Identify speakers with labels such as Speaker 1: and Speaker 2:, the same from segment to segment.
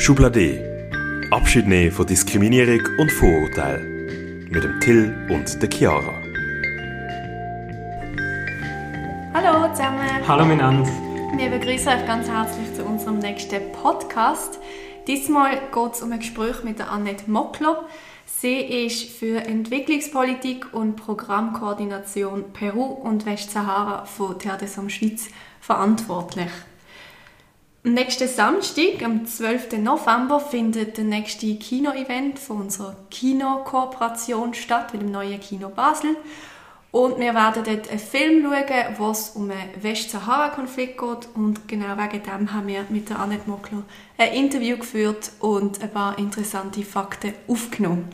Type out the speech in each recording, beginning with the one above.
Speaker 1: Schublade. Abschied nehmen von Diskriminierung und Vorurteil. Mit dem Till und der Chiara.
Speaker 2: Hallo zusammen.
Speaker 3: Hallo miteinander.
Speaker 2: Wir begrüßen euch ganz herzlich zu unserem nächsten Podcast. Diesmal geht es um ein Gespräch mit der Annette Moklo. Sie ist für Entwicklungspolitik und Programmkoordination Peru und Westsahara von Terre des Hommes Schweiz verantwortlich. Am nächsten Samstag, am 12. November, findet der nächste Kino-Event von unserer Kino-Kooperation statt mit dem neuen Kino Basel. Und wir werden dort einen Film schauen, wo es um einen Westsahara-Konflikt geht. Und genau wegen dem haben wir mit der Annette Moklo ein Interview geführt und ein paar interessante Fakten aufgenommen.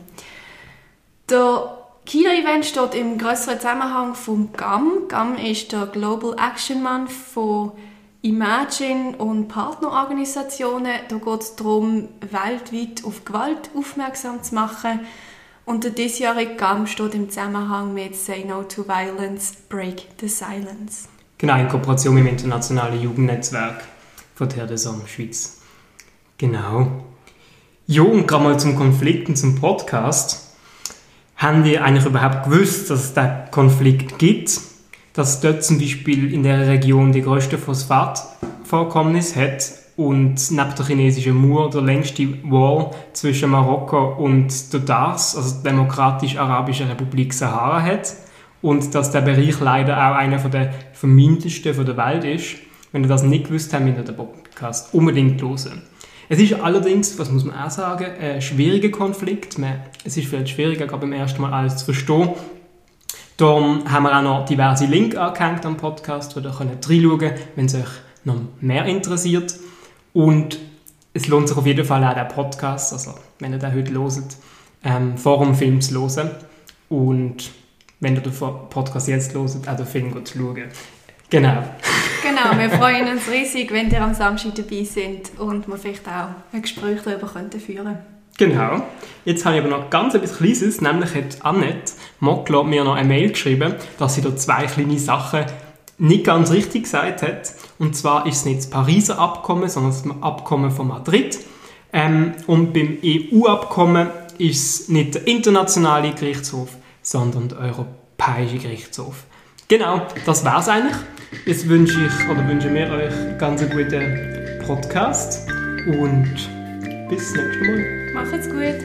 Speaker 2: Der Kino-Event steht im grösseren Zusammenhang vom GAM. GAM ist der Global Action Month von Imagine und Partnerorganisationen. Da geht es darum, weltweit auf Gewalt aufmerksam zu machen. Und der diesjährige GAM steht im Zusammenhang mit Say No to Violence, Break the Silence.
Speaker 3: Genau, in Kooperation mit dem Internationalen Jugendnetzwerk von Terre des Hommes Schweiz. Genau. Ja, und gerade mal zum Konflikt und zum Podcast. Haben wir eigentlich überhaupt gewusst, dass es diesen Konflikt gibt? Dass es dort zum Beispiel in der Region die grösste Phosphatvorkommnis hat und neben der chinesischen Mauer der längste Wall zwischen Marokko und der DARS, also der Demokratisch-Arabischen Republik Sahara, hat und dass der Bereich leider auch einer der vermintesten der Welt ist. Wenn ihr das nicht gewusst habt, müsst ihr den Podcast unbedingt hören. Es ist allerdings, was muss man auch sagen, ein schwieriger Konflikt. Es ist vielleicht schwieriger, gerade beim ersten Mal alles zu verstehen. Darum haben wir auch noch diverse Links angehängt am Podcast, wo ihr reinschauen könnt, wenn es euch noch mehr interessiert. Und es lohnt sich auf jeden Fall auch, den Podcast, also wenn ihr den heute hört, vor dem Film zu hören. Und wenn ihr den Podcast jetzt hört, auch den Film zu schauen. Genau.
Speaker 2: Genau, wir freuen uns riesig, wenn ihr am Samstag dabei seid und wir vielleicht auch ein Gespräch darüber führen können.
Speaker 3: Genau. Jetzt habe ich aber noch ganz etwas Kleines, nämlich hat Annette Moklo mir noch eine Mail geschrieben, dass sie da 2 kleine Sachen nicht ganz richtig gesagt hat. Und zwar ist es nicht das Pariser Abkommen, sondern das Abkommen von Madrid. Und beim EU-Abkommen ist es nicht der internationale Gerichtshof, sondern der Europäische Gerichtshof. Genau, das wäre es eigentlich. Jetzt wünschen wir euch einen ganz guten Podcast und bis zum nächsten Mal.
Speaker 2: Macht's gut!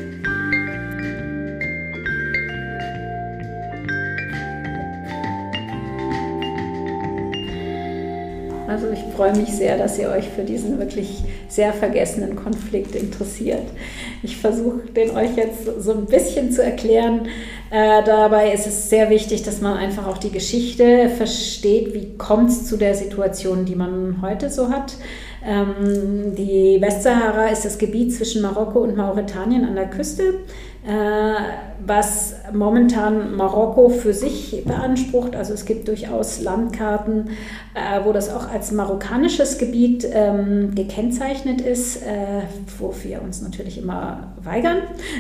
Speaker 4: Also ich freue mich sehr, dass ihr euch für diesen wirklich sehr vergessenen Konflikt interessiert. Ich versuche den euch jetzt so ein bisschen zu erklären. Dabei ist es sehr wichtig, dass man einfach auch die Geschichte versteht, wie kommt es zu der Situation, die man heute so hat. Die Westsahara ist das Gebiet zwischen Marokko und Mauretanien an der Küste, was momentan Marokko für sich beansprucht. Also es gibt durchaus Landkarten, wo das auch als marokkanisches Gebiet gekennzeichnet ist, wo wir uns natürlich immer weigern.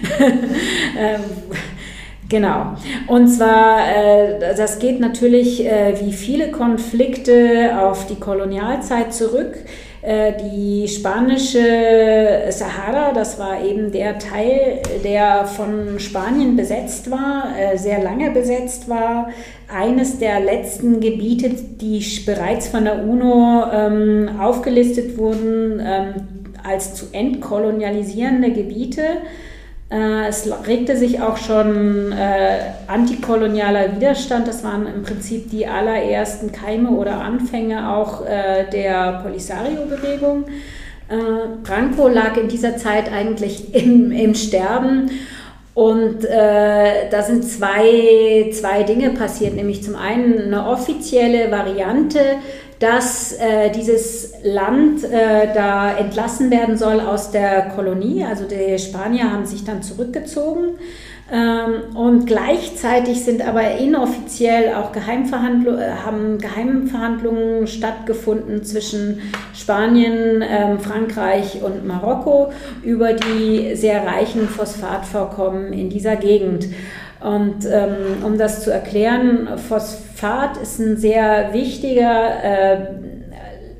Speaker 4: Genau. Und zwar, das geht natürlich wie viele Konflikte auf die Kolonialzeit zurück. Die spanische Sahara, das war eben der Teil, der von Spanien besetzt war, sehr lange besetzt war. Eines der letzten Gebiete, die bereits von der UNO aufgelistet wurden als zu entkolonialisierende Gebiete. Es regte sich auch schon antikolonialer Widerstand. Das waren im Prinzip die allerersten Keime oder Anfänge auch der Polisario-Bewegung. Franco lag in dieser Zeit eigentlich im Sterben. Und da sind zwei Dinge passiert, nämlich zum einen eine offizielle Variante, dass dieses Land da entlassen werden soll aus der Kolonie. Also die Spanier haben sich dann zurückgezogen und gleichzeitig sind aber inoffiziell auch Geheimverhandlungen stattgefunden zwischen Spanien, Frankreich und Marokko über die sehr reichen Phosphatvorkommen in dieser Gegend. Und um das zu erklären, Phosphat ist ein sehr wichtiger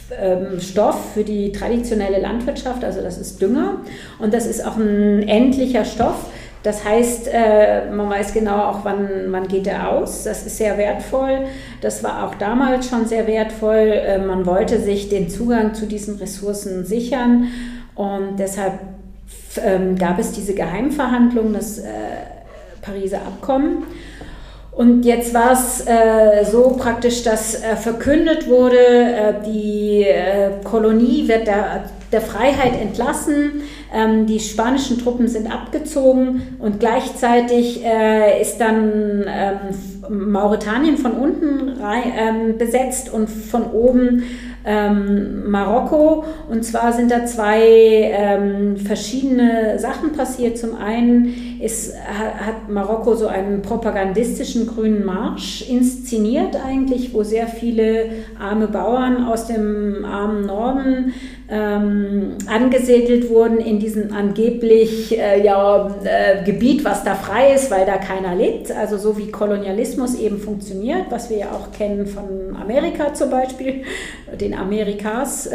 Speaker 4: Stoff für die traditionelle Landwirtschaft, also das ist Dünger und das ist auch ein endlicher Stoff. Das heißt, man weiß genau auch, wann geht er aus. Das ist sehr wertvoll. Das war auch damals schon sehr wertvoll. Man wollte sich den Zugang zu diesen Ressourcen sichern und deshalb gab es diese Geheimverhandlungen, das Pariser Abkommen. Und jetzt war es so praktisch, dass verkündet wurde, die Kolonie wird der Freiheit entlassen, die spanischen Truppen sind abgezogen und gleichzeitig ist dann Mauretanien von unten besetzt und von oben Marokko. Und zwar sind da zwei verschiedene Sachen passiert. Zum einen hat Marokko so einen propagandistischen grünen Marsch inszeniert eigentlich, wo sehr viele arme Bauern aus dem armen Norden angesiedelt wurden in diesem angeblich Gebiet, was da frei ist, weil da keiner lebt. Also so wie Kolonialismus eben funktioniert, was wir ja auch kennen von Amerika zum Beispiel, den Amerikas.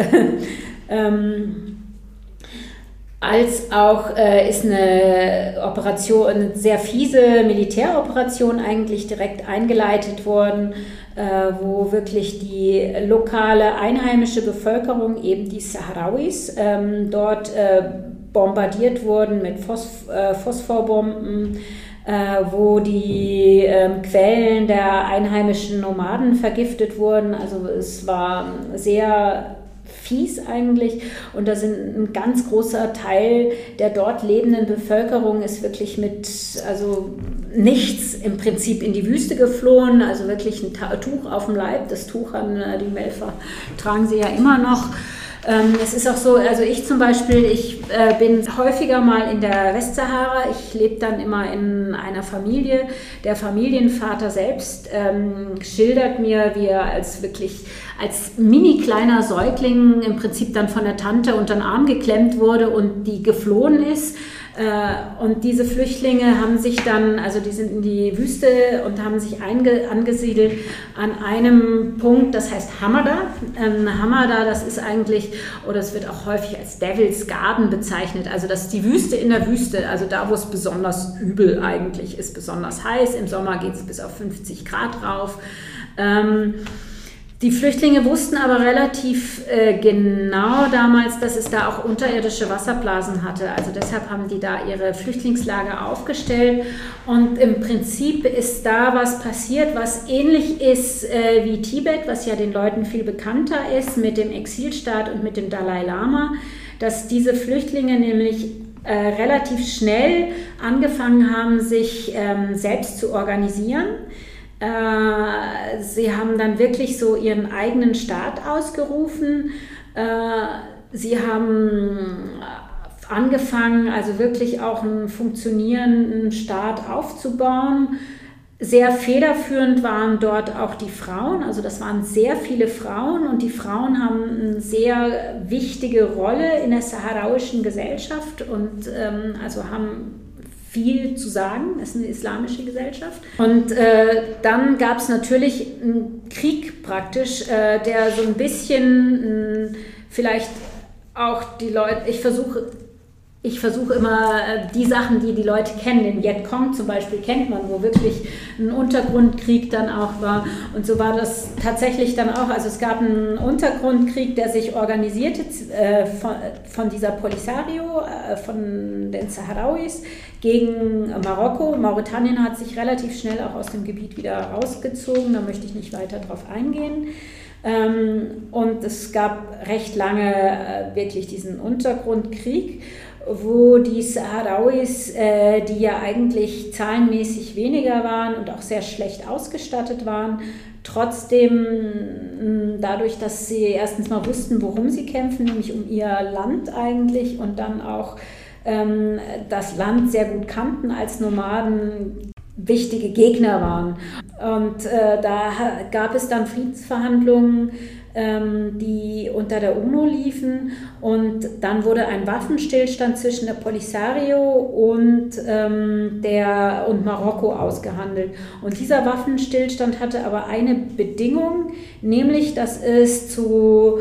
Speaker 4: Als auch ist eine Operation, eine sehr fiese Militäroperation eigentlich direkt eingeleitet worden, wo wirklich die lokale einheimische Bevölkerung, eben die Saharauis, dort bombardiert wurden mit Phosphorbomben, wo die Quellen der einheimischen Nomaden vergiftet wurden. Also es war sehr fies eigentlich und da sind ein ganz großer Teil der dort lebenden Bevölkerung ist wirklich mit nichts im Prinzip in die Wüste geflohen, also wirklich ein Tuch auf dem Leib, das Tuch haben die Melfer, tragen sie ja immer noch. Es ist auch so, also ich zum Beispiel, ich bin häufiger mal in der Westsahara, ich lebe dann immer in einer Familie, der Familienvater selbst schildert mir, wie er als mini kleiner Säugling im Prinzip dann von der Tante unter den Arm geklemmt wurde und die geflohen ist. Und diese Flüchtlinge haben sich dann, also die sind in die Wüste und haben sich angesiedelt an einem Punkt, das heißt Hamada. Hamada, das ist eigentlich, oder es wird auch häufig als Devil's Garden bezeichnet, also das ist die Wüste in der Wüste, also da, wo es besonders übel eigentlich ist, besonders heiß. Im Sommer geht es bis auf 50 Grad rauf. Die Flüchtlinge wussten aber relativ genau damals, dass es da auch unterirdische Wasserblasen hatte. Also deshalb haben die da ihre Flüchtlingslager aufgestellt. Und im Prinzip ist da was passiert, was ähnlich ist wie Tibet, was ja den Leuten viel bekannter ist mit dem Exilstaat und mit dem Dalai Lama, dass diese Flüchtlinge nämlich relativ schnell angefangen haben, sich selbst zu organisieren. Sie haben dann wirklich so ihren eigenen Staat ausgerufen. Sie haben angefangen, also wirklich auch einen funktionierenden Staat aufzubauen. Sehr federführend waren dort auch die Frauen, also das waren sehr viele Frauen und die Frauen haben eine sehr wichtige Rolle in der saharauischen Gesellschaft und also haben viel zu sagen, es ist eine islamische Gesellschaft. Und dann gab es natürlich einen Krieg praktisch, der so ein bisschen vielleicht auch die Leute, ich versuche immer die Sachen, die Leute kennen, den Vietcong zum Beispiel kennt man, wo wirklich ein Untergrundkrieg dann auch war und so war das tatsächlich dann auch, also es gab einen Untergrundkrieg, der sich organisierte von dieser Polisario, von den Saharauis gegen Marokko. Mauretanien hat sich relativ schnell auch aus dem Gebiet wieder rausgezogen, da möchte ich nicht weiter drauf eingehen. Und es gab recht lange wirklich diesen Untergrundkrieg, wo die Saharauis, die ja eigentlich zahlenmäßig weniger waren und auch sehr schlecht ausgestattet waren, trotzdem dadurch, dass sie erstens mal wussten, worum sie kämpfen, nämlich um ihr Land eigentlich und dann auch das Land sehr gut kannten als Nomaden, wichtige Gegner waren. Und da gab es dann Friedensverhandlungen, die unter der UNO liefen und dann wurde ein Waffenstillstand zwischen der Polisario und Marokko ausgehandelt. Und dieser Waffenstillstand hatte aber eine Bedingung, nämlich dass es zu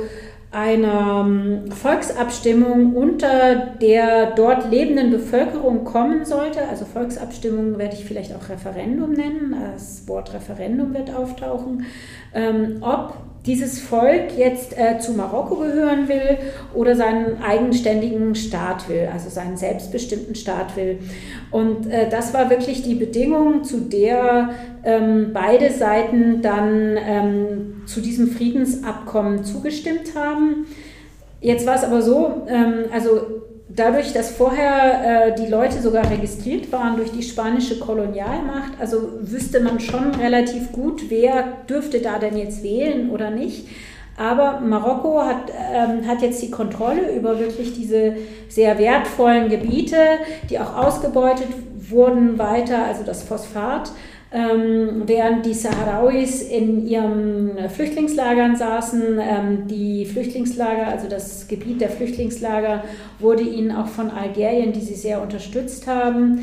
Speaker 4: einer Volksabstimmung unter der dort lebenden Bevölkerung kommen sollte. Also Volksabstimmung werde ich vielleicht auch Referendum nennen. Das Wort Referendum wird auftauchen. Ob dieses Volk jetzt zu Marokko gehören will oder seinen eigenständigen Staat will, also seinen selbstbestimmten Staat will. Und das war wirklich die Bedingung, zu der beide Seiten dann zu diesem Friedensabkommen zugestimmt haben. Jetzt war es aber so, also dadurch, dass vorher die Leute sogar registriert waren durch die spanische Kolonialmacht, also wüsste man schon relativ gut, wer dürfte da denn jetzt wählen oder nicht. Aber Marokko hat jetzt die Kontrolle über wirklich diese sehr wertvollen Gebiete, die auch ausgebeutet wurden weiter, also das Phosphat. Während die Saharauis in ihren Flüchtlingslagern saßen, die Flüchtlingslager, also das Gebiet der Flüchtlingslager, wurde ihnen auch von Algerien, die sie sehr unterstützt haben,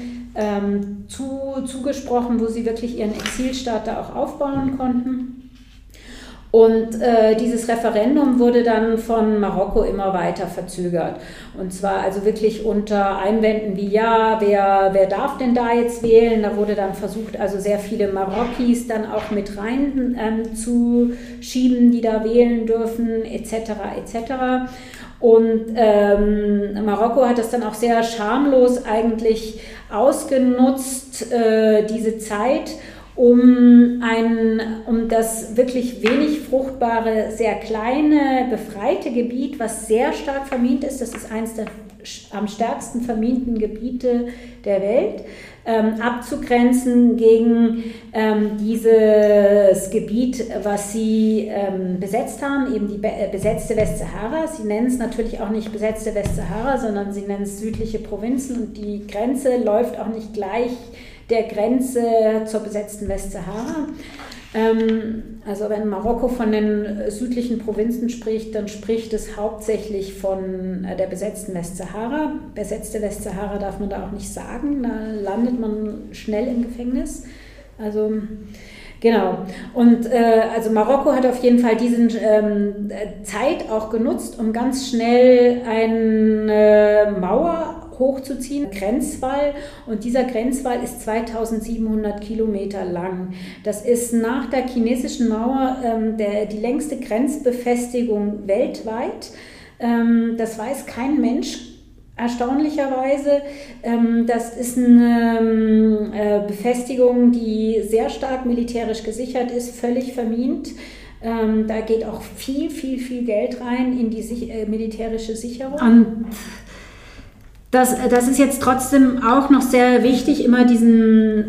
Speaker 4: zugesprochen, wo sie wirklich ihren Exilstaat da auch aufbauen konnten. Und dieses Referendum wurde dann von Marokko immer weiter verzögert. Und zwar also wirklich unter Einwänden wie, ja, wer darf denn da jetzt wählen? Da wurde dann versucht, also sehr viele Marokkis dann auch mit rein zu schieben, die da wählen dürfen, etc. etc. Und Marokko hat das dann auch sehr schamlos eigentlich ausgenutzt, diese Zeit, um das wirklich wenig fruchtbare, sehr kleine, befreite Gebiet, was sehr stark vermint ist, das ist eines der am stärksten verminten Gebiete der Welt, abzugrenzen gegen dieses Gebiet, was sie besetzt haben, eben die besetzte Westsahara. Sie nennen es natürlich auch nicht besetzte Westsahara, sondern sie nennen es südliche Provinzen und die Grenze läuft auch nicht gleich der Grenze zur besetzten Westsahara. Also wenn Marokko von den südlichen Provinzen spricht, dann spricht es hauptsächlich von der besetzten Westsahara. Besetzte Westsahara darf man da auch nicht sagen, da landet man schnell im Gefängnis. Also genau. Und also Marokko hat auf jeden Fall diese Zeit auch genutzt, um ganz schnell eine Mauer hochzuziehen, Grenzwall, und dieser Grenzwall ist 2700 Kilometer lang. Das ist nach der chinesischen Mauer die längste Grenzbefestigung weltweit. Das weiß kein Mensch, erstaunlicherweise. Das ist eine Befestigung, die sehr stark militärisch gesichert ist, völlig vermint. Da geht auch viel, viel, viel Geld rein in die militärische Sicherung. Und das ist jetzt trotzdem auch noch sehr wichtig, immer diese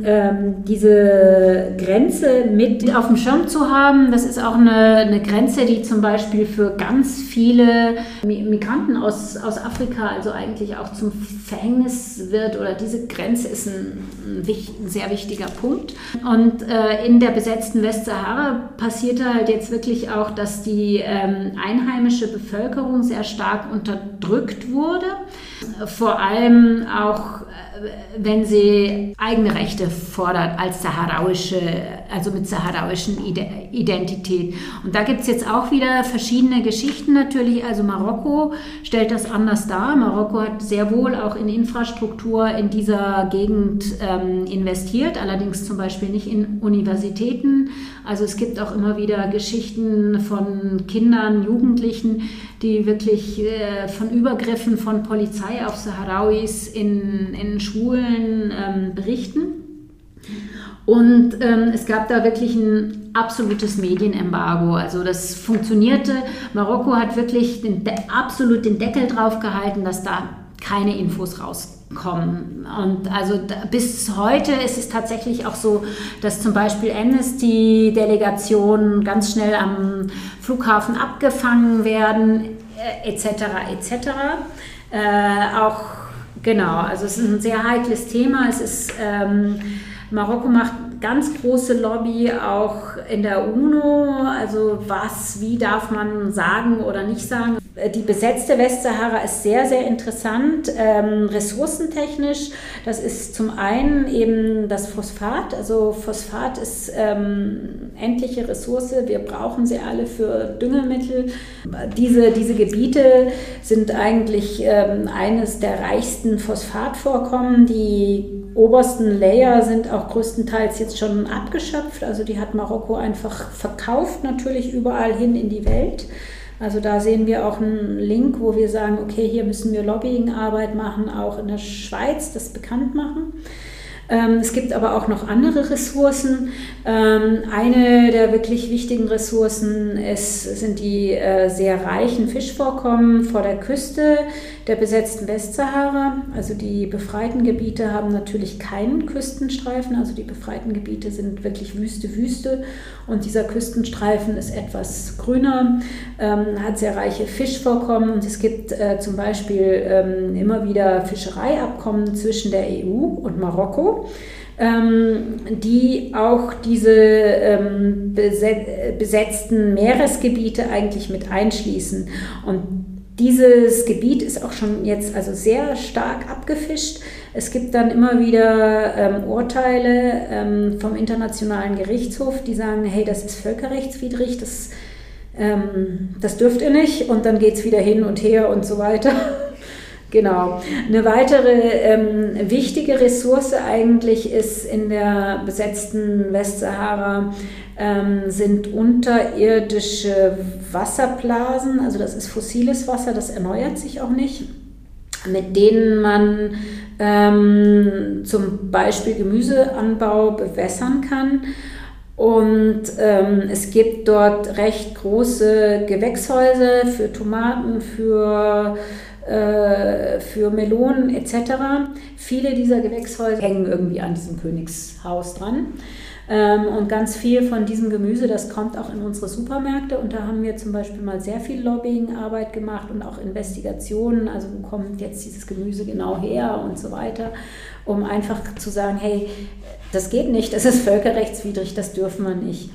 Speaker 4: Grenze mit auf dem Schirm zu haben. Das ist auch eine Grenze, die zum Beispiel für ganz viele Migranten aus Afrika also eigentlich auch zum Verhängnis wird, oder diese Grenze ist ein sehr wichtiger Punkt. Und in der besetzten Westsahara passierte halt jetzt wirklich auch, dass die einheimische Bevölkerung sehr stark unterdrückt wurde. Vor allem auch, wenn sie eigene Rechte fordert als also mit saharauischen Identität. Und da gibt es jetzt auch wieder verschiedene Geschichten natürlich. Also Marokko stellt das anders dar. Marokko hat sehr wohl auch in Infrastruktur in dieser Gegend investiert, allerdings zum Beispiel nicht in Universitäten. Also es gibt auch immer wieder Geschichten von Kindern, Jugendlichen, die wirklich von Übergriffen von Polizei auf Saharauis in Schulen berichten. Und es gab da wirklich ein absolutes Medienembargo. Also das funktionierte. Marokko hat wirklich absolut den Deckel drauf gehalten, dass da keine Infos rauskommen. Und also bis heute ist es tatsächlich auch so, dass zum Beispiel Amnesty-Delegationen ganz schnell am Flughafen abgefangen werden, etc. etc. Auch genau, also es ist ein sehr heikles Thema. Es ist Marokko macht ganz große Lobby auch in der UNO, also wie darf man sagen oder nicht sagen. Die besetzte Westsahara ist sehr, sehr interessant, ressourcentechnisch. Das ist zum einen eben das Phosphat. Also Phosphat ist endliche Ressource. Wir brauchen sie alle für Düngemittel. Diese Gebiete sind eigentlich eines der reichsten Phosphatvorkommen. Die obersten Layer sind auch größtenteils jetzt schon abgeschöpft. Also die hat Marokko einfach verkauft, natürlich überall hin in die Welt. Also da sehen wir auch einen Link, wo wir sagen, okay, hier müssen wir Lobbyingarbeit machen, auch in der Schweiz das bekannt machen. Es gibt aber auch noch andere Ressourcen. Eine der wirklich wichtigen Ressourcen sind die sehr reichen Fischvorkommen vor der Küste der besetzten Westsahara. Also die befreiten Gebiete haben natürlich keinen Küstenstreifen. Also die befreiten Gebiete sind wirklich Wüste. Und dieser Küstenstreifen ist etwas grüner, hat sehr reiche Fischvorkommen. Und es gibt zum Beispiel immer wieder Fischereiabkommen zwischen der EU und Marokko, die auch diese besetzten Meeresgebiete eigentlich mit einschließen. Und dieses Gebiet ist auch schon jetzt also sehr stark abgefischt. Es gibt dann immer wieder Urteile vom Internationalen Gerichtshof, die sagen, hey, das ist völkerrechtswidrig, das dürft ihr nicht. Und dann geht es wieder hin und her und so weiter. Genau. Eine weitere wichtige Ressource eigentlich ist in der besetzten Westsahara sind unterirdische Wasserblasen, also das ist fossiles Wasser, das erneuert sich auch nicht, mit denen man zum Beispiel Gemüseanbau bewässern kann. Und es gibt dort recht große Gewächshäuser für Tomaten, für Melonen etc. Viele dieser Gewächshäuser hängen irgendwie an diesem Königshaus dran. Und ganz viel von diesem Gemüse, das kommt auch in unsere Supermärkte. Und da haben wir zum Beispiel mal sehr viel Lobbyingarbeit gemacht und auch Investigationen. Also wo kommt jetzt dieses Gemüse genau her und so weiter, um einfach zu sagen, hey, das geht nicht, das ist völkerrechtswidrig, das dürfen wir nicht.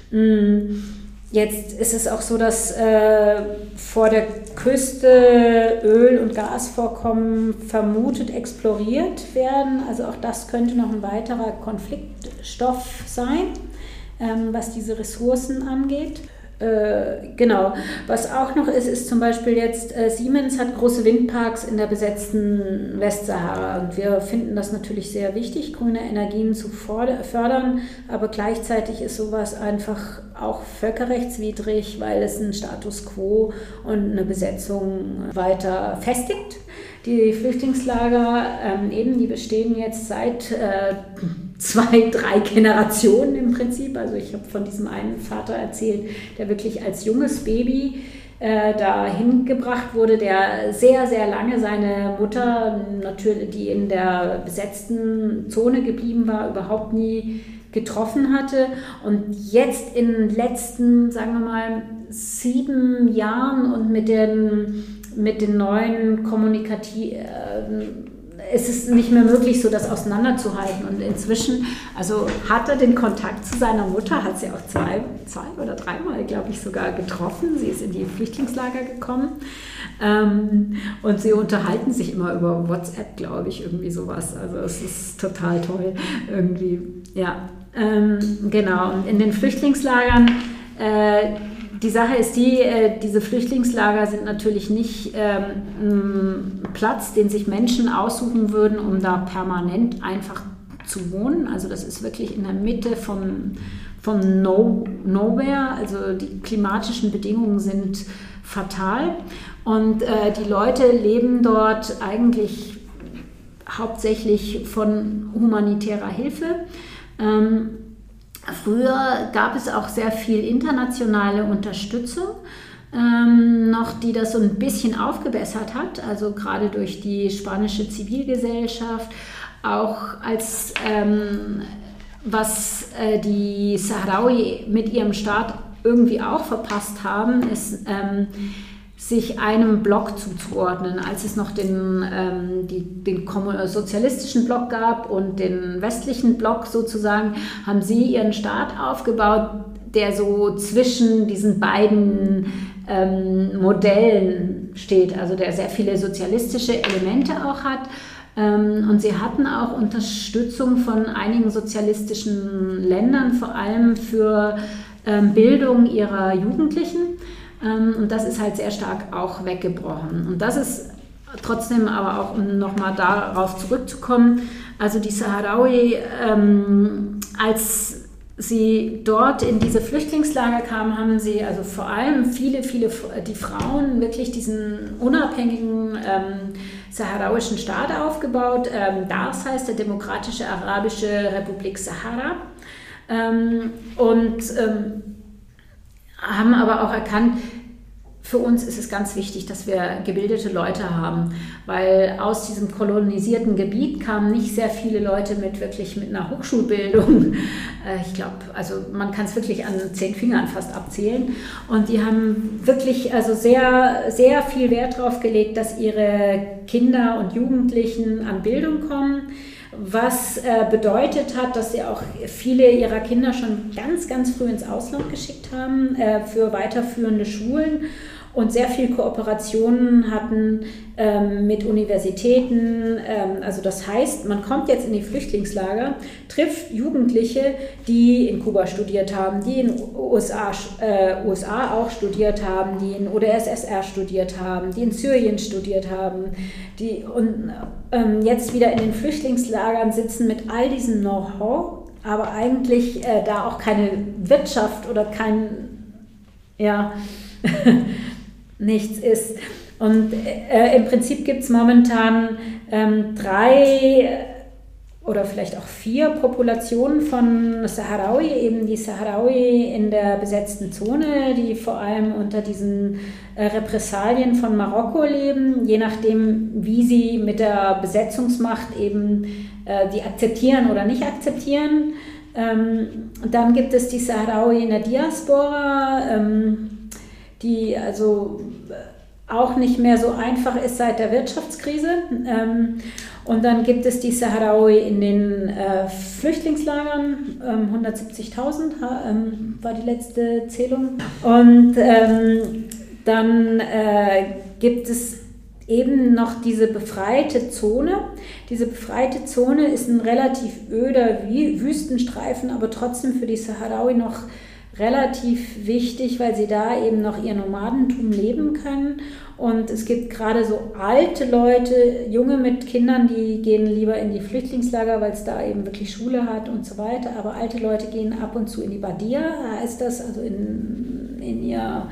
Speaker 4: Jetzt ist es auch so, dass vor der Küste Öl- und Gasvorkommen vermutet exploriert werden. Also auch das könnte noch ein weiterer Konfliktstoff sein, was diese Ressourcen angeht. Genau. Was auch noch ist zum Beispiel jetzt, Siemens hat große Windparks in der besetzten Westsahara und wir finden das natürlich sehr wichtig, grüne Energien zu fördern, aber gleichzeitig ist sowas einfach auch völkerrechtswidrig, weil es einen Status quo und eine Besetzung weiter festigt. Die Flüchtlingslager die bestehen jetzt seit 2, 3 Generationen im Prinzip. Also ich habe von diesem einen Vater erzählt, der wirklich als junges Baby dahin gebracht wurde, der sehr, sehr lange seine Mutter, natürlich, die in der besetzten Zone geblieben war, überhaupt nie getroffen hatte. Und jetzt in den letzten, sagen wir mal, 7 Jahren und mit den neuen es ist nicht mehr möglich, so das auseinanderzuhalten. Und inzwischen, also hat er den Kontakt zu seiner Mutter, hat sie auch 2 oder 3 Mal, glaube ich, sogar getroffen. Sie ist in die Flüchtlingslager gekommen. Und sie unterhalten sich immer über WhatsApp, glaube ich, irgendwie sowas. Also es ist total toll irgendwie. Ja, genau. Und in den Flüchtlingslagern, die Sache ist diese Flüchtlingslager sind natürlich nicht ein Platz, den sich Menschen aussuchen würden, um da permanent einfach zu wohnen. Also das ist wirklich in der Mitte von Nowhere. Also die klimatischen Bedingungen sind fatal. Und die Leute leben dort eigentlich hauptsächlich von humanitärer Hilfe. Früher gab es auch sehr viel internationale Unterstützung, die das so ein bisschen aufgebessert hat, also gerade durch die spanische Zivilgesellschaft, auch als was die Sahrawi mit ihrem Staat irgendwie auch verpasst haben, ist sich einem Block zuzuordnen. Als es noch den sozialistischen Block gab und den westlichen Block sozusagen, haben sie ihren Staat aufgebaut, der so zwischen diesen beiden Modellen steht, also der sehr viele sozialistische Elemente auch hat. Und sie hatten auch Unterstützung von einigen sozialistischen Ländern, vor allem für Bildung ihrer Jugendlichen. Und das ist halt sehr stark auch weggebrochen. Und das ist trotzdem aber auch, um nochmal darauf zurückzukommen, also die Sahrawi, als sie dort in diese Flüchtlingslager kamen, haben sie also vor allem die Frauen wirklich diesen unabhängigen saharauischen Staat aufgebaut. DARS heißt der Demokratische Arabische Republik Sahara. Haben aber auch erkannt, für uns ist es ganz wichtig, dass wir gebildete Leute haben, weil aus diesem kolonisierten Gebiet kamen nicht sehr viele Leute mit einer Hochschulbildung. Ich glaube, also man kann es wirklich an 10 Fingern fast abzählen. Und die haben wirklich also sehr, sehr viel Wert darauf gelegt, dass ihre Kinder und Jugendlichen an Bildung kommen. Was bedeutet hat, dass sie auch viele ihrer Kinder schon ganz, ganz früh ins Ausland geschickt haben für weiterführende Schulen und sehr viel Kooperationen hatten mit Universitäten. Also das heißt, man kommt jetzt in die Flüchtlingslager, trifft Jugendliche, die in Kuba studiert haben, die in USA auch studiert haben, die in UdSSR studiert haben, die in Syrien studiert haben, die jetzt wieder in den Flüchtlingslagern sitzen mit all diesem Know-how, aber eigentlich da auch keine Wirtschaft oder nichts ist. Und im Prinzip gibt es momentan 3 oder vielleicht auch 4 Populationen von Sahrawi, eben die Sahrawi in der besetzten Zone, die vor allem unter diesen Repressalien von Marokko leben, je nachdem, wie sie mit der Besetzungsmacht eben die akzeptieren oder nicht akzeptieren. Dann gibt es die Sahrawi in der Diaspora, die also auch nicht mehr so einfach ist seit der Wirtschaftskrise. Und dann gibt es die Sahrawi in den Flüchtlingslagern, 170.000 war die letzte Zählung. Und dann gibt es eben noch diese befreite Zone. Diese befreite Zone ist ein relativ öder Wüstenstreifen, aber trotzdem für die Sahrawi noch relativ wichtig, weil sie da eben noch ihr Nomadentum leben können. Und es gibt gerade so alte Leute, Junge mit Kindern, die gehen lieber in die Flüchtlingslager, weil es da eben wirklich Schule hat und so weiter. Aber alte Leute gehen ab und zu in die Badia, heißt das, also in ihre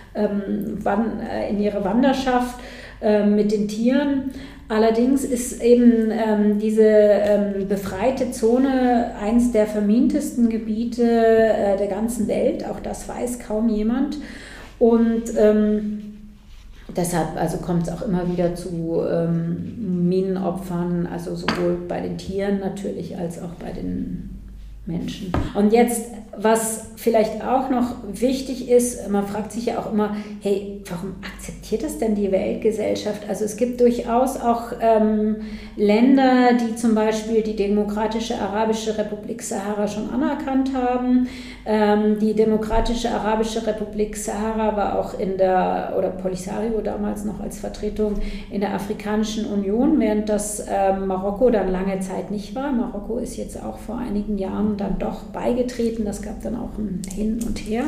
Speaker 4: Wanderschaft mit den Tieren. Allerdings ist eben diese befreite Zone eins der vermintesten Gebiete der ganzen Welt. Auch das weiß kaum jemand. Und deshalb also kommt es auch immer wieder zu Minenopfern, also sowohl bei den Tieren natürlich als auch bei den Menschen. Und jetzt, was vielleicht auch noch wichtig ist, man fragt sich ja auch immer, hey, warum akzeptiert das denn die Weltgesellschaft? Also es gibt durchaus auch Länder, die zum Beispiel die Demokratische Arabische Republik Sahara schon anerkannt haben. Die Demokratische Arabische Republik Sahara war auch oder Polisario damals noch als Vertretung in der Afrikanischen Union, während das Marokko dann lange Zeit nicht war. Marokko ist jetzt auch vor einigen Jahren dann doch beigetreten. Das gab dann auch ein Hin und Her.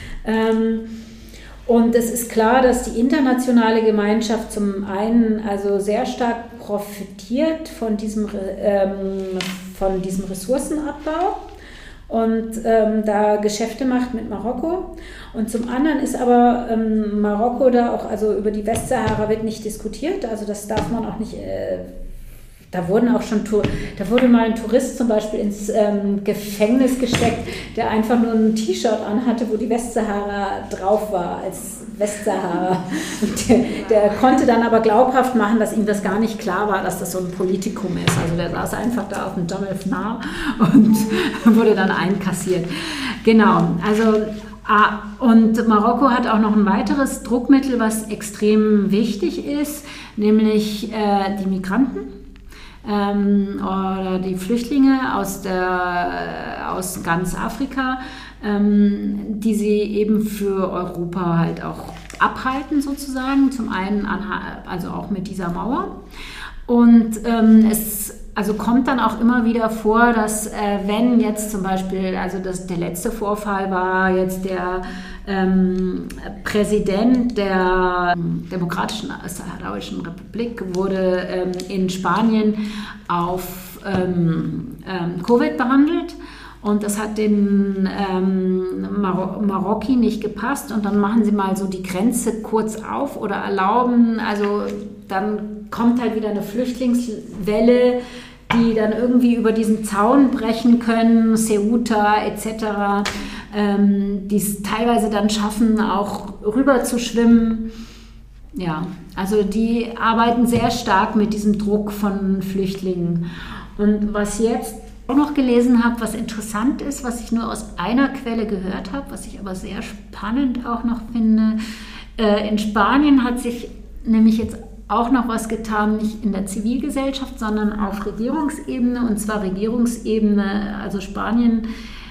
Speaker 4: Und es ist klar, dass die internationale Gemeinschaft zum einen also sehr stark profitiert von diesem Ressourcenabbau und da Geschäfte macht mit Marokko. Und zum anderen ist aber Marokko da auch, also über die Westsahara wird nicht diskutiert, also das darf man auch nicht. Da wurde mal ein Tourist zum Beispiel ins Gefängnis gesteckt, der einfach nur ein T-Shirt anhatte, wo die Westsahara drauf war als Westsahara. Und der konnte dann aber glaubhaft machen, dass ihm das gar nicht klar war, dass das so ein Politikum ist. Also der saß einfach da auf dem Jamal Fnar und wurde dann einkassiert. Genau, also Und Marokko hat auch noch ein weiteres Druckmittel, was extrem wichtig ist, nämlich die Migranten oder die Flüchtlinge aus ganz Afrika, die sie eben für Europa halt auch abhalten sozusagen, zum einen also auch mit dieser Mauer. Und es kommt dann auch immer wieder vor, dass wenn jetzt zum Beispiel, der letzte Vorfall war jetzt der Präsident der Demokratischen Saharauischen Republik wurde in Spanien auf Covid behandelt. Und das hat den Marokki nicht gepasst. Und dann machen sie mal so die Grenze kurz auf oder erlauben, dann kommt halt wieder eine Flüchtlingswelle, die dann irgendwie über diesen Zaun brechen können, Ceuta etc., die es teilweise dann schaffen, auch rüber zu schwimmen. Ja, also die arbeiten sehr stark mit diesem Druck von Flüchtlingen. Und was jetzt auch noch gelesen habe, was interessant ist, was ich nur aus einer Quelle gehört habe, was ich aber sehr spannend auch noch finde, in Spanien hat sich nämlich jetzt auch noch was getan, nicht in der Zivilgesellschaft, sondern auf Regierungsebene, und zwar Regierungsebene, also Spanien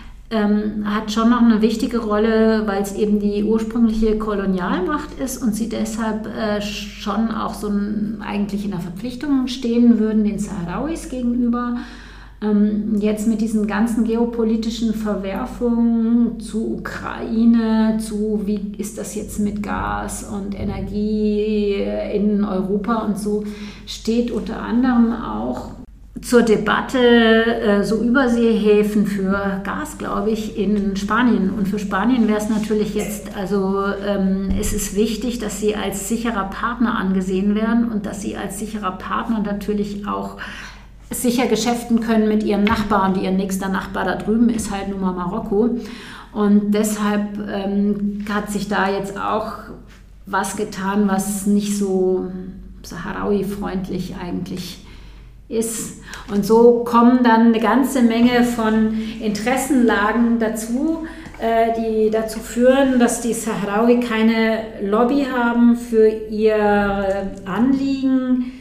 Speaker 4: hat schon noch eine wichtige Rolle, weil es eben die ursprüngliche Kolonialmacht ist und sie deshalb schon auch eigentlich in der Verpflichtung stehen würden den Saharauis gegenüber. Jetzt mit diesen ganzen geopolitischen Verwerfungen zu Ukraine, zu wie ist das jetzt mit Gas und Energie in Europa und so, steht unter anderem auch zur Debatte so Überseehäfen für Gas, glaube ich, in Spanien. Und für Spanien wäre es natürlich jetzt, es ist wichtig, dass sie als sicherer Partner angesehen werden und dass sie als sicherer Partner natürlich auch sicher geschäften können mit ihrem Nachbarn. Und ihr nächster Nachbar da drüben ist halt nun mal Marokko. Und deshalb hat sich da jetzt auch was getan, was nicht so Saharaui-freundlich eigentlich ist. Und so kommen dann eine ganze Menge von Interessenlagen dazu, die dazu führen, dass die Saharaui keine Lobby haben für ihr Anliegen.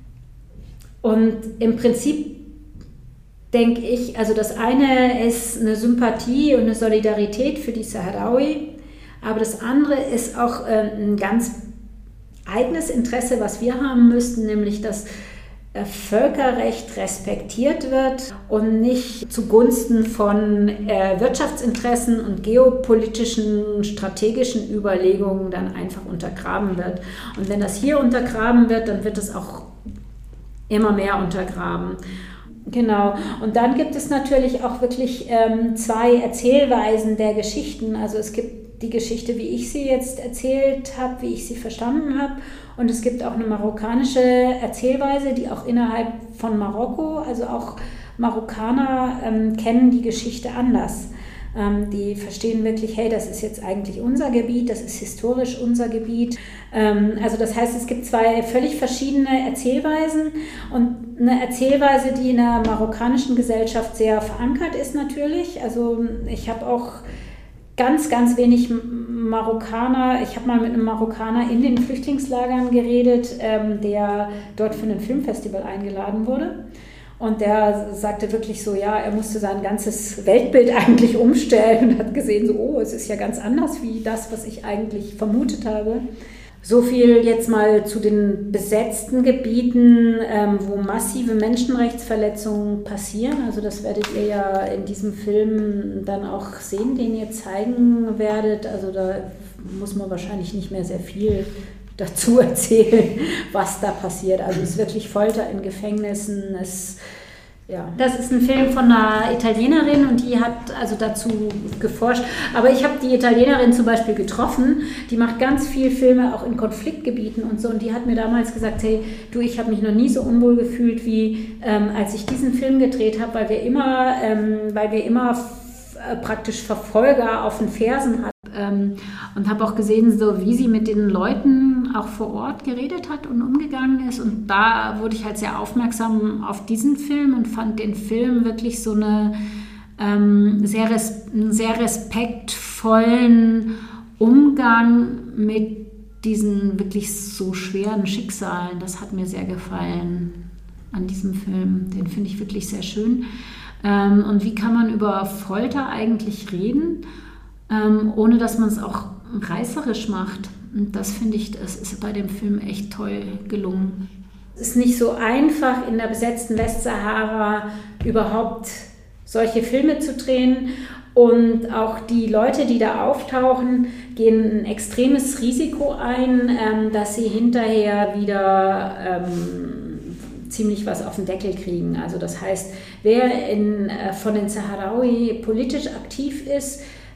Speaker 4: Und im Prinzip denke ich, das eine ist eine Sympathie und eine Solidarität für die Saharaui, aber das andere ist auch ein ganz eigenes Interesse, was wir haben müssten, nämlich dass Völkerrecht respektiert wird und nicht zugunsten von Wirtschaftsinteressen und geopolitischen, strategischen Überlegungen dann einfach untergraben wird. Und wenn das hier untergraben wird, dann wird es auch immer mehr untergraben. Genau. Und dann gibt es natürlich auch wirklich zwei Erzählweisen der Geschichten. Also es gibt die Geschichte, wie ich sie jetzt erzählt habe, wie ich sie verstanden habe. Und es gibt auch eine marokkanische Erzählweise, die auch innerhalb von Marokko, also auch Marokkaner kennen die Geschichte anders. Die verstehen wirklich, hey, das ist jetzt eigentlich unser Gebiet, das ist historisch unser Gebiet. Das heißt, es gibt zwei völlig verschiedene Erzählweisen und eine Erzählweise, die in der marokkanischen Gesellschaft sehr verankert ist natürlich. Also ich habe auch ganz, ganz wenig Marokkaner. Ich habe mal mit einem Marokkaner in den Flüchtlingslagern geredet, der dort für ein Filmfestival eingeladen wurde. Und der sagte wirklich so, ja, er musste sein ganzes Weltbild eigentlich umstellen und hat gesehen, so, oh, es ist ja ganz anders wie das, was ich eigentlich vermutet habe. So viel jetzt mal zu den besetzten Gebieten, wo massive Menschenrechtsverletzungen passieren. Also das werdet ihr ja in diesem Film dann auch sehen, den ihr zeigen werdet. Also da muss man wahrscheinlich nicht mehr sehr viel dazu erzählen, was da passiert. Also es ist wirklich Folter in Gefängnissen. Das ist ein Film von einer Italienerin und die hat also dazu geforscht. Aber ich habe die Italienerin zum Beispiel getroffen, die macht ganz viel Filme auch in Konfliktgebieten und so. Und die hat mir damals gesagt, hey, du, ich habe mich noch nie so unwohl gefühlt, wie als ich diesen Film gedreht habe, weil wir immer praktisch Verfolger auf den Fersen hatten. Und habe auch gesehen, so wie sie mit den Leuten auch vor Ort geredet hat und umgegangen ist. Und da wurde ich halt sehr aufmerksam auf diesen Film und fand den Film wirklich so eine einen sehr respektvollen Umgang mit diesen wirklich so schweren Schicksalen. Das hat mir sehr gefallen an diesem Film. Den finde ich wirklich sehr schön. Und wie kann man über Folter eigentlich reden, ohne dass man es auch reißerisch macht? Und das finde ich, das ist bei dem Film echt toll gelungen. Es ist nicht so einfach, in der besetzten Westsahara überhaupt solche Filme zu drehen. Und auch die Leute, die da auftauchen, gehen ein extremes Risiko ein, dass sie hinterher wieder ziemlich was auf den Deckel kriegen. Also das heißt, wer von den Sahrawi politisch aktiv ist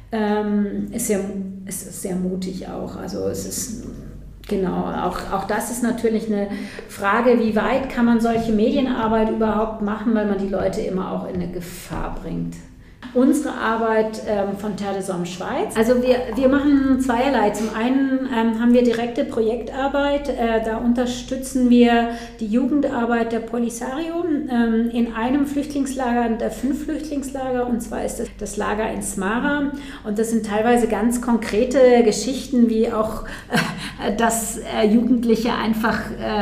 Speaker 4: sehr mutig auch. Also es ist genau, auch das ist natürlich eine Frage, wie weit kann man solche Medienarbeit überhaupt machen, weil man die Leute immer auch in eine Gefahr bringt. Unsere Arbeit von Terre des Hommes Schweiz. Also wir machen zweierlei. Zum einen haben wir direkte Projektarbeit. Da unterstützen wir die Jugendarbeit der Polisario in einem Flüchtlingslager, der 5 Flüchtlingslager. Und zwar ist das Lager in Smara. Und das sind teilweise ganz konkrete Geschichten, wie auch, dass Jugendliche einfach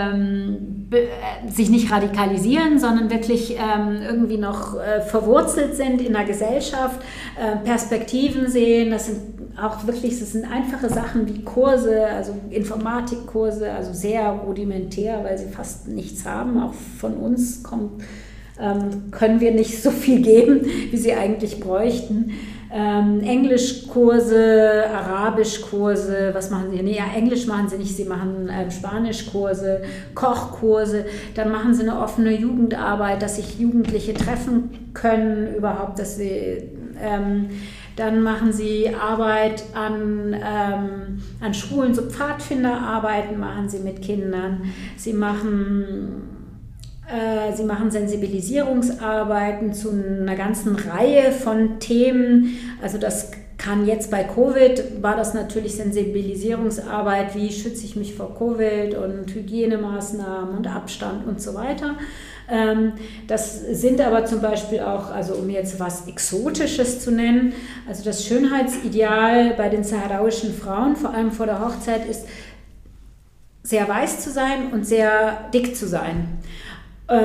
Speaker 4: sich nicht radikalisieren, sondern wirklich irgendwie noch verwurzelt sind in der Gesellschaft, Perspektiven sehen. Das sind einfache Sachen wie Kurse, also Informatikkurse, also sehr rudimentär, weil sie fast nichts haben. Auch von uns können wir nicht so viel geben, wie sie eigentlich bräuchten. Englischkurse, Arabischkurse, was machen sie? Nee, ja, Englisch machen sie nicht, sie machen Spanischkurse, Kochkurse, dann machen sie eine offene Jugendarbeit, dass sich Jugendliche treffen können überhaupt, dass sie, dann machen sie Arbeit an Schulen, so Pfadfinderarbeiten machen sie mit Kindern, sie machen Sensibilisierungsarbeiten zu einer ganzen Reihe von Themen. Also das kann jetzt bei Covid, war das natürlich Sensibilisierungsarbeit, wie schütze ich mich vor Covid und Hygienemaßnahmen und Abstand und so weiter. Das sind aber zum Beispiel auch, also um jetzt was Exotisches zu nennen, also das Schönheitsideal bei den saharauischen Frauen, vor allem vor der Hochzeit, ist sehr weiß zu sein und sehr dick zu sein. Da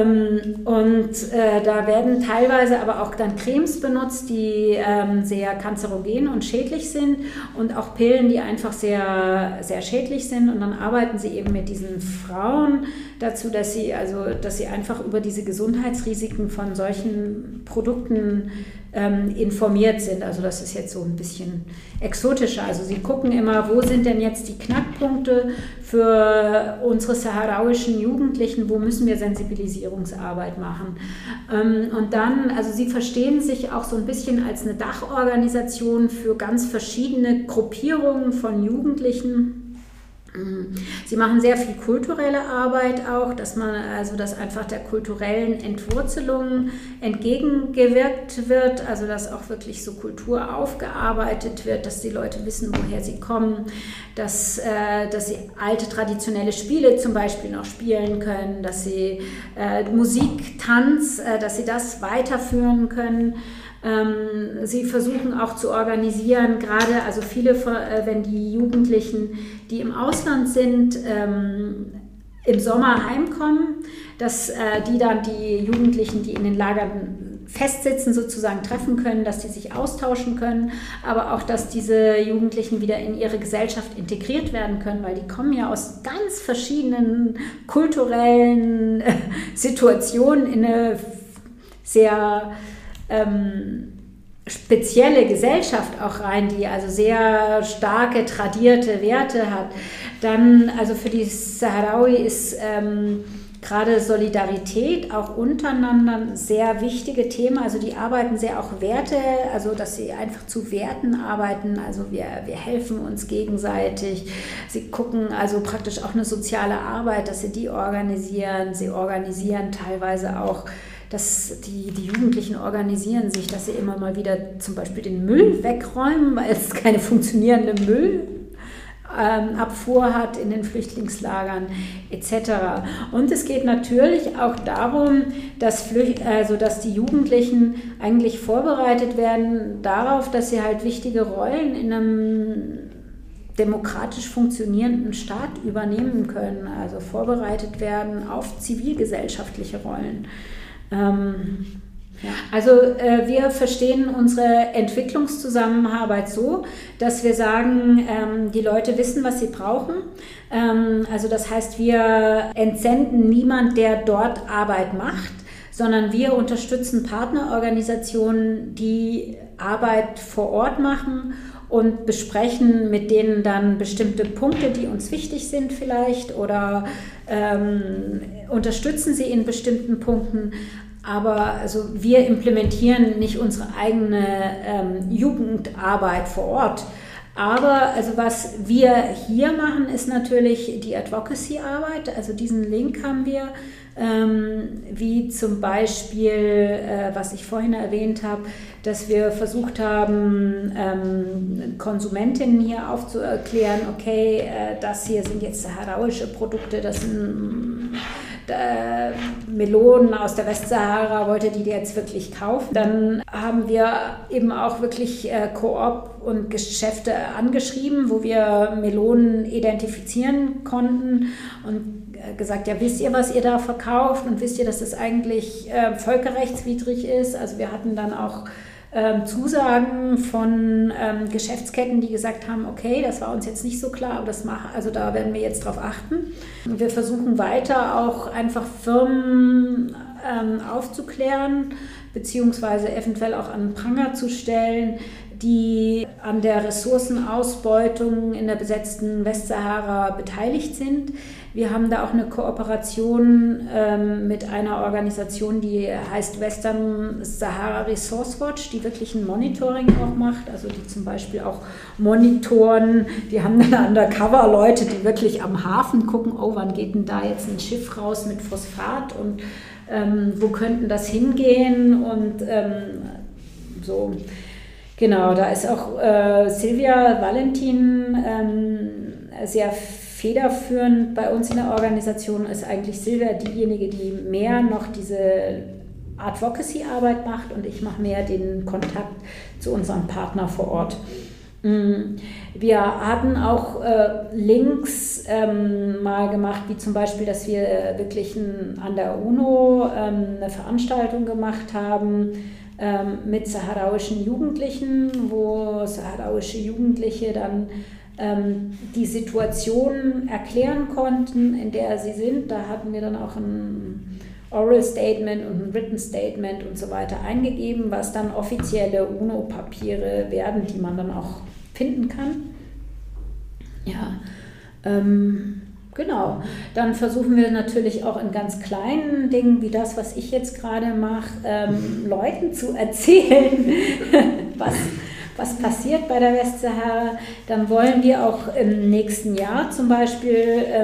Speaker 4: werden teilweise aber auch dann Cremes benutzt, die sehr kanzerogen und schädlich sind und auch Pillen, die einfach sehr, sehr schädlich sind. Und dann arbeiten sie eben mit diesen Frauen dazu, dass sie einfach über diese Gesundheitsrisiken von solchen Produkten informiert sind. Also das ist jetzt so ein bisschen exotischer. Also sie gucken immer, wo sind denn jetzt die Knackpunkte für unsere saharauischen Jugendlichen, wo müssen wir Sensibilisierungsarbeit machen. Und dann, also sie verstehen sich auch so ein bisschen als eine Dachorganisation für ganz verschiedene Gruppierungen von Jugendlichen. Sie machen sehr viel kulturelle Arbeit auch, dass einfach der kulturellen Entwurzelung entgegengewirkt wird, also dass auch wirklich so Kultur aufgearbeitet wird, dass die Leute wissen, woher sie kommen, dass sie alte traditionelle Spiele zum Beispiel noch spielen können, dass sie Musik, Tanz, dass sie das weiterführen können. Sie versuchen auch zu organisieren, gerade also viele, wenn die Jugendlichen, die im Ausland sind, im Sommer heimkommen, dass die dann die Jugendlichen, die in den Lagern festsitzen, sozusagen treffen können, dass die sich austauschen können, aber auch, dass diese Jugendlichen wieder in ihre Gesellschaft integriert werden können, weil die kommen ja aus ganz verschiedenen kulturellen Situationen in eine sehr spezielle Gesellschaft auch rein, die also sehr starke, tradierte Werte hat. Dann, also für die Sahrawi ist gerade Solidarität auch untereinander ein sehr wichtiges Thema. Also die arbeiten sehr auch Werte, also dass sie einfach zu Werten arbeiten. Also wir helfen uns gegenseitig. Sie gucken also praktisch auch eine soziale Arbeit, dass sie die organisieren. Sie organisieren teilweise auch, dass die Jugendlichen organisieren sich, dass sie immer mal wieder zum Beispiel den Müll wegräumen, weil es keine funktionierende Waffenabfuhr hat in den Flüchtlingslagern etc. Und es geht natürlich auch darum, dass die Jugendlichen eigentlich vorbereitet werden darauf, dass sie halt wichtige Rollen in einem demokratisch funktionierenden Staat übernehmen können, also vorbereitet werden auf zivilgesellschaftliche Rollen. Also wir verstehen unsere Entwicklungszusammenarbeit so, dass wir sagen, die Leute wissen, was sie brauchen. Also das heißt, wir entsenden niemand, der dort Arbeit macht, sondern wir unterstützen Partnerorganisationen, die Arbeit vor Ort machen und besprechen mit denen dann bestimmte Punkte, die uns wichtig sind vielleicht, oder unterstützen sie in bestimmten Punkten. Aber also wir implementieren nicht unsere eigene Jugendarbeit vor Ort. Aber also was wir hier machen, ist natürlich die Advocacy-Arbeit. Also diesen Link haben wir, wie zum Beispiel, was ich vorhin erwähnt habe, dass wir versucht haben, Konsumentinnen hier aufzuklären, okay, das hier sind jetzt saharauische Produkte, das sind Melonen aus der Westsahara, wollt ihr die jetzt wirklich kaufen? Dann haben wir eben auch wirklich Coop und Geschäfte angeschrieben, wo wir Melonen identifizieren konnten und gesagt, ja, wisst ihr, was ihr da verkauft und wisst ihr, dass das eigentlich völkerrechtswidrig ist? Also wir hatten dann auch Zusagen von Geschäftsketten, die gesagt haben, okay, das war uns jetzt nicht so klar, aber also da werden wir jetzt drauf achten. Und wir versuchen weiter auch einfach Firmen aufzuklären, beziehungsweise eventuell auch an den Pranger zu stellen, die an der Ressourcenausbeutung in der besetzten Westsahara beteiligt sind. Wir haben da auch eine Kooperation mit einer Organisation, die heißt Western Sahara Resource Watch, die wirklich ein Monitoring auch macht, also die zum Beispiel auch monitoren. Die haben dann Undercover-Leute, die wirklich am Hafen gucken, oh, wann geht denn da jetzt ein Schiff raus mit Phosphat und wo könnten das hingehen und so. Genau, da ist auch Silvia Valentin sehr federführend bei uns in der Organisation. Ist eigentlich Silvia diejenige, die mehr noch diese Advocacy-Arbeit macht und ich mache mehr den Kontakt zu unserem Partner vor Ort. Wir hatten auch Links mal gemacht, wie zum Beispiel, dass wir wirklich an der UNO eine Veranstaltung gemacht haben, mit saharauischen Jugendlichen, wo saharauische Jugendliche dann die Situation erklären konnten, in der sie sind. Da hatten wir dann auch ein Oral Statement und ein Written Statement und so weiter eingegeben, was dann offizielle UNO-Papiere werden, die man dann auch finden kann. Ja, genau. Dann versuchen wir natürlich auch in ganz kleinen Dingen, wie das, was ich jetzt gerade mache, Leuten zu erzählen, was passiert bei der Westsahara. Dann wollen wir auch im nächsten Jahr zum Beispiel,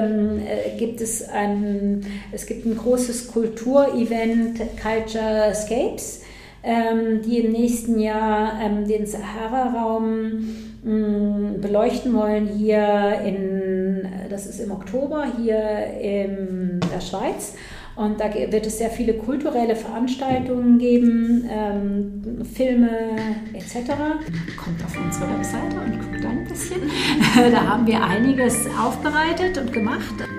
Speaker 4: es gibt ein großes Kulturevent, Culture Escapes, die im nächsten Jahr den Sahara-Raum beleuchten wollen hier das ist im Oktober hier in der Schweiz. Und da wird es sehr viele kulturelle Veranstaltungen geben, Filme etc. Kommt auf unsere Webseite und guckt da ein bisschen. Da haben wir einiges aufbereitet und gemacht.